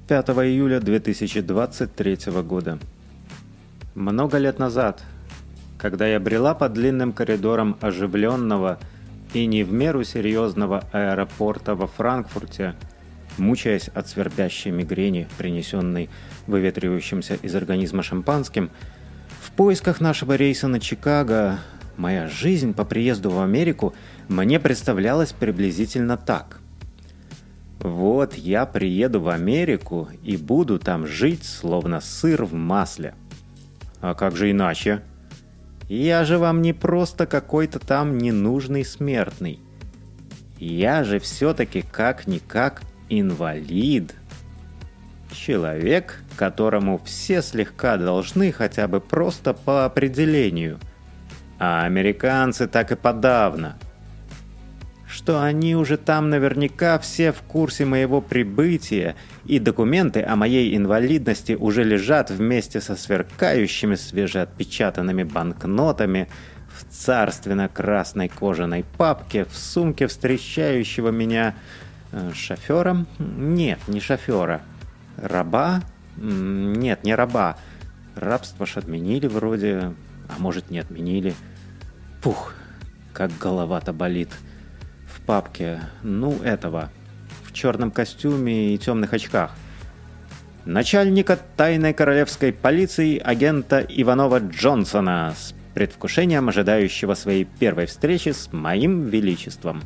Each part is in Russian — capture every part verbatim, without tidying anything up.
пятого июля две тысячи двадцать третьего года. Много лет назад, когда я брела по длинным коридорам оживленного и не в меру серьезного аэропорта во Франкфурте, мучаясь от свербящей мигрени, принесенной выветривающимся из организма шампанским, в поисках нашего рейса на Чикаго, моя жизнь по приезду в Америку мне представлялась приблизительно так. Вот я приеду в Америку и буду там жить, словно сыр в масле. А как же иначе? Я же вам не просто какой-то там ненужный смертный. Я же все-таки как-никак инвалид. Человек, которому все слегка должны хотя бы просто по определению. А американцы так и подавно. Что они уже там наверняка все в курсе моего прибытия, и документы о моей инвалидности уже лежат вместе со сверкающими свежеотпечатанными банкнотами в царственно-красной кожаной папке в сумке встречающего меня э, шофера? Нет, не шофера. Раба? Нет, не раба. Рабство ж отменили вроде, а может не отменили. Фух, как голова-то болит. В папке, ну этого, в черном костюме и темных очках. Начальника тайной королевской полиции агента Иванова Джонсона, с предвкушением ожидающего своей первой встречи с моим величеством.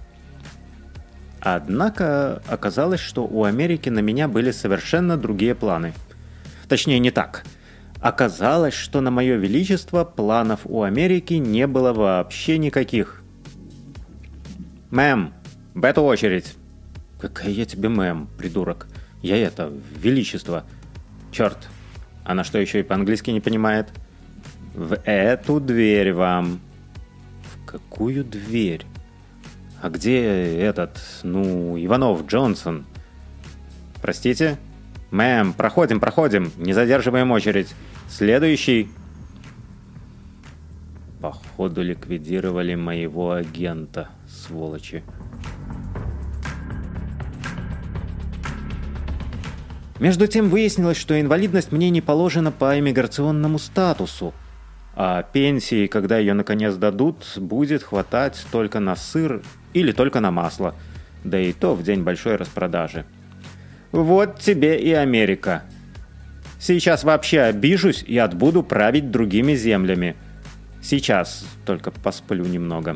Однако оказалось, что у Америки на меня были совершенно другие планы. Точнее, не так. Оказалось, что на мое величество планов у Америки не было вообще никаких. «Мэм, в эту очередь!» «Какая я тебе мэм, придурок? Я это, величество!» «Черт! Она что, еще и по-английски не понимает?» «В эту дверь вам!» «В какую дверь? А где этот, ну, Иванов Джонсон?» «Простите?» «Мэм, проходим, проходим, не задерживаем очередь. Следующий!» Походу ликвидировали моего агента, сволочи. Между тем выяснилось, что инвалидность мне не положена по иммиграционному статусу, а пенсии, когда ее наконец дадут, будет хватать только на сыр или только на масло, да и то в день большой распродажи. Вот тебе и Америка. Сейчас вообще обижусь и отбуду править другими землями. Сейчас только посплю немного.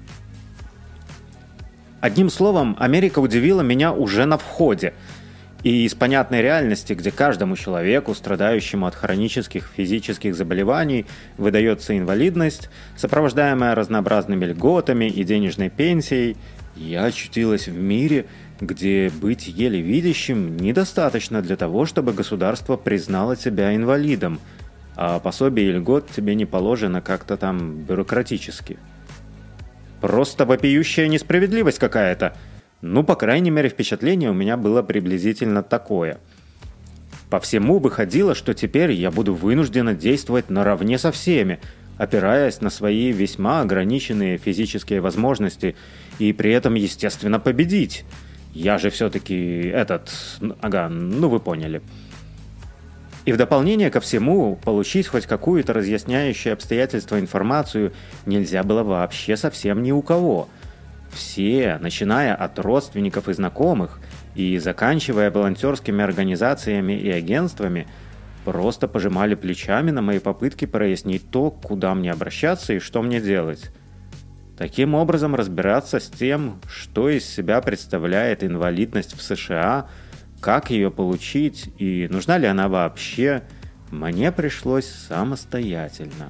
Одним словом, Америка удивила меня уже на входе. И из понятной реальности, где каждому человеку, страдающему от хронических физических заболеваний, выдается инвалидность, сопровождаемая разнообразными льготами и денежной пенсией, я очутилась в мире, где быть еле видящим недостаточно для того, чтобы государство признало тебя инвалидом, а пособие и льгот тебе не положено как-то там бюрократически. Просто вопиющая несправедливость какая-то. Ну, по крайней мере, впечатление у меня было приблизительно такое. По всему выходило, что теперь я буду вынуждена действовать наравне со всеми, опираясь на свои весьма ограниченные физические возможности и при этом, естественно, победить. Я же все-таки этот... Ага, ну вы поняли. И в дополнение ко всему, получить хоть какую-то разъясняющую обстоятельства информацию нельзя было вообще совсем ни у кого. Все, начиная от родственников и знакомых и заканчивая волонтерскими организациями и агентствами, просто пожимали плечами на мои попытки прояснить то, куда мне обращаться и что мне делать. Таким образом, разбираться с тем, что из себя представляет инвалидность в США, как ее получить и нужна ли она вообще, мне пришлось самостоятельно.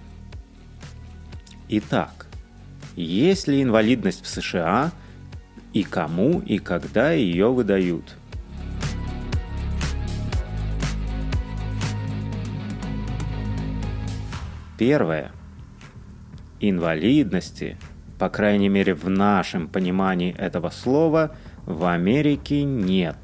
Итак, есть ли инвалидность в США и кому и когда ее выдают? Первое. Инвалидности, по крайней мере в нашем понимании этого слова, в Америке нет.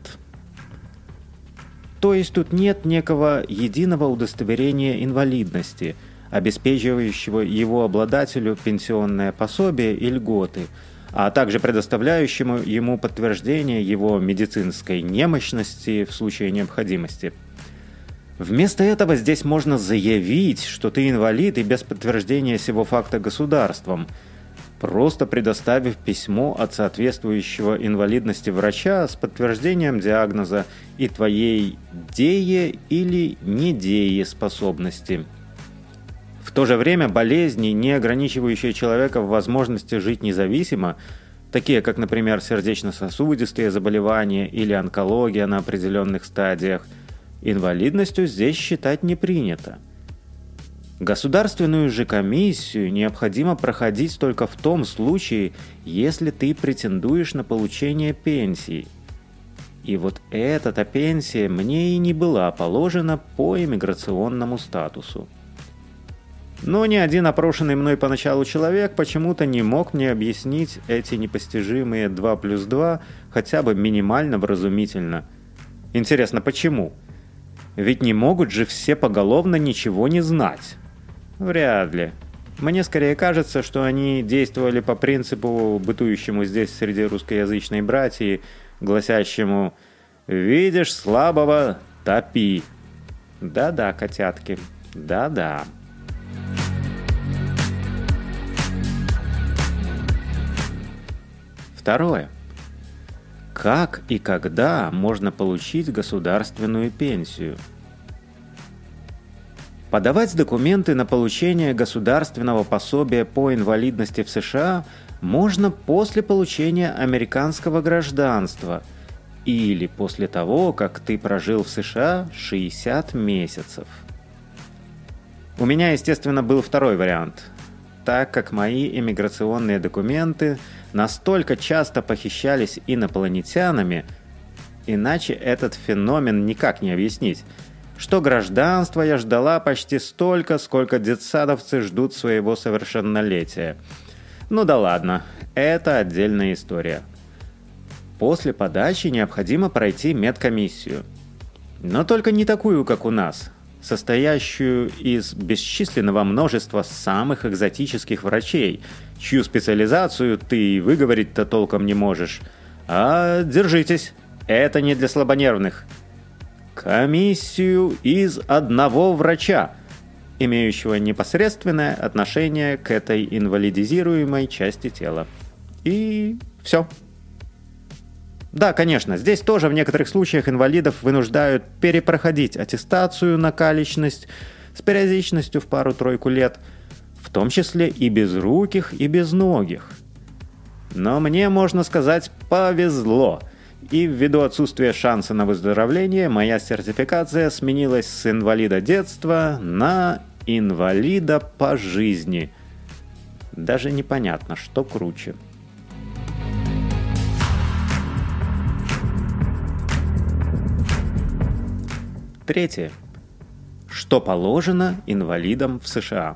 То есть тут нет некого единого удостоверения инвалидности, обеспечивающего его обладателю пенсионное пособие и льготы, а также предоставляющему ему подтверждение его медицинской немощности в случае необходимости. Вместо этого здесь можно заявить, что ты инвалид, и без подтверждения сего факта государством, просто предоставив письмо от соответствующего инвалидности врача с подтверждением диагноза и твоей дее- или недееспособности. В то же время болезни, не ограничивающие человека в возможности жить независимо, такие как, например, сердечно-сосудистые заболевания или онкология на определенных стадиях, инвалидностью здесь считать не принято. Государственную же комиссию необходимо проходить только в том случае, если ты претендуешь на получение пенсии. И вот эта-то пенсия мне и не была положена по иммиграционному статусу. Но ни один опрошенный мной поначалу человек почему-то не мог мне объяснить эти непостижимые два плюс два хотя бы минимально вразумительно. Интересно, почему? Ведь не могут же все поголовно ничего не знать. Вряд ли. Мне скорее кажется, что они действовали по принципу, бытующему здесь среди русскоязычной братьи, гласящему «Видишь слабого – топи». Да-да, котятки, да-да. Второе. Как и когда можно получить государственную пенсию? Подавать документы на получение государственного пособия по инвалидности в США можно после получения американского гражданства или после того, как ты прожил в США шестьдесят месяцев. У меня, естественно, был второй вариант, так как мои иммиграционные документы настолько часто похищались инопланетянами, иначе этот феномен никак не объяснить, что гражданство я ждала почти столько, сколько детсадовцы ждут своего совершеннолетия. Ну да ладно, это отдельная история. После подачи необходимо пройти медкомиссию. Но только не такую, как у нас, состоящую из бесчисленного множества самых экзотических врачей, чью специализацию ты выговорить-то толком не можешь. А держитесь, это не для слабонервных. Комиссию из одного врача, имеющего непосредственное отношение к этой инвалидизируемой части тела. И все. Да, конечно, здесь тоже в некоторых случаях инвалидов вынуждают перепроходить аттестацию на калечность с периодичностью в пару-тройку лет, в том числе и безруких, и безногих. Но мне, можно сказать, повезло. И ввиду отсутствия шанса на выздоровление, моя сертификация сменилась с инвалида детства на инвалида по жизни. Даже непонятно, что круче. Третье. Что положено инвалидам в США?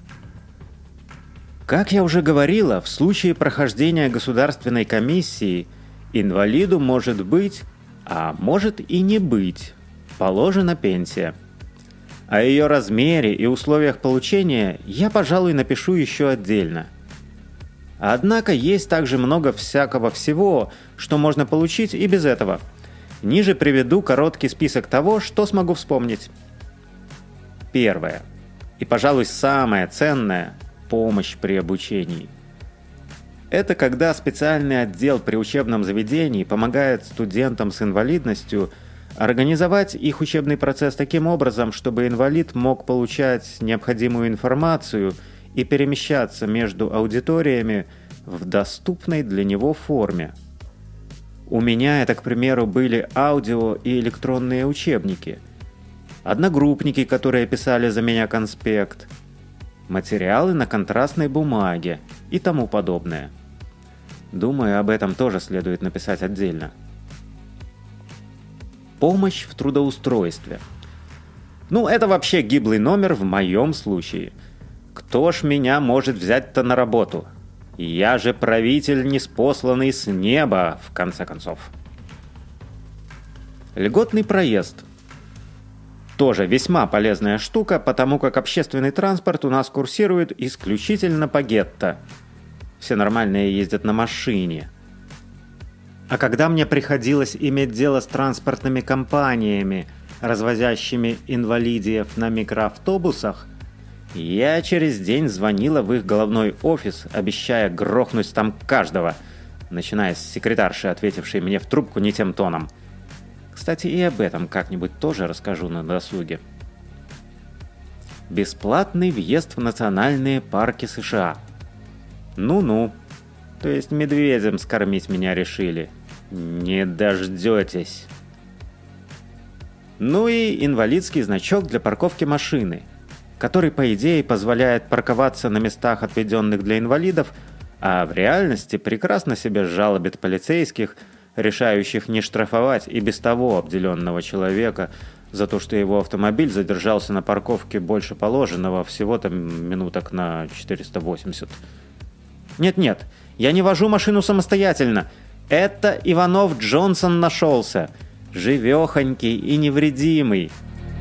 Как я уже говорила, в случае прохождения государственной комиссии инвалиду может быть, а может и не быть, положена пенсия. О ее размере и условиях получения я, пожалуй, напишу еще отдельно. Однако есть также много всякого всего, что можно получить и без этого. Ниже приведу короткий список того, что смогу вспомнить. Первое. И, пожалуй, самое ценное – помощь при обучении. Это когда специальный отдел при учебном заведении помогает студентам с инвалидностью организовать их учебный процесс таким образом, чтобы инвалид мог получать необходимую информацию и перемещаться между аудиториями в доступной для него форме. У меня это, к примеру, были аудио и электронные учебники, одногруппники, которые писали за меня конспект, материалы на контрастной бумаге и тому подобное. Думаю, об этом тоже следует написать отдельно. Помощь в трудоустройстве. Ну, это вообще гиблый номер в моем случае. Кто ж меня может взять-то на работу? Я же правитель, ниспосланный с неба, в конце концов. Льготный проезд. Тоже весьма полезная штука, потому как общественный транспорт у нас курсирует исключительно по гетто. Все нормальные ездят на машине. А когда мне приходилось иметь дело с транспортными компаниями, развозящими инвалидиев на микроавтобусах, я через день звонила в их головной офис, обещая грохнуть там каждого, начиная с секретарши, ответившей мне в трубку не тем тоном. Кстати, и об этом как-нибудь тоже расскажу на досуге. Бесплатный въезд в национальные парки США. Ну-ну, то есть медведем скормить меня решили. Не дождетесь. Ну и инвалидский значок для парковки машины, который, по идее, позволяет парковаться на местах, отведенных для инвалидов, а в реальности прекрасно себе жалобит полицейских, решающих не штрафовать и без того обделенного человека за то, что его автомобиль задержался на парковке больше положенного, всего-то минуток на четыреста восемьдесят. Нет-нет, я не вожу машину самостоятельно. Это Иванов Джонсон нашелся, живехонький и невредимый.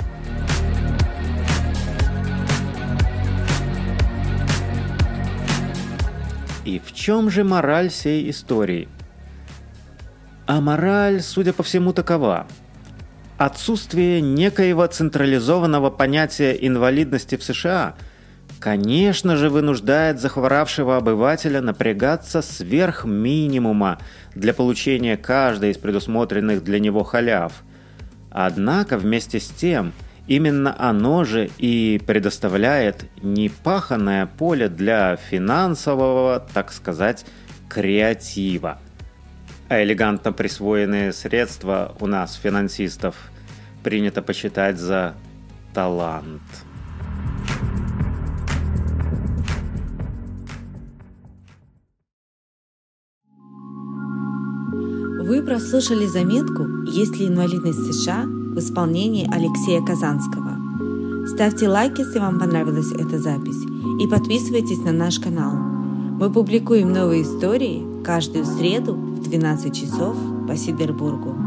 И в чем же мораль сей истории? А мораль, судя по всему, такова. Отсутствие некоего централизованного понятия инвалидности в США, конечно же, вынуждает захворавшего обывателя напрягаться сверх минимума для получения каждой из предусмотренных для него халяв. Однако, вместе с тем, именно оно же и предоставляет непаханное поле для финансового, так сказать, креатива. А элегантно присвоенные средства у нас, финансистов, принято почитать за талант. Вы прослушали заметку «Есть ли инвалидность в США» в исполнении Алексея Казанского. Ставьте лайк, если вам понравилась эта запись, и подписывайтесь на наш канал. Мы публикуем новые истории каждую среду в двенадцать часов по Сидербургу.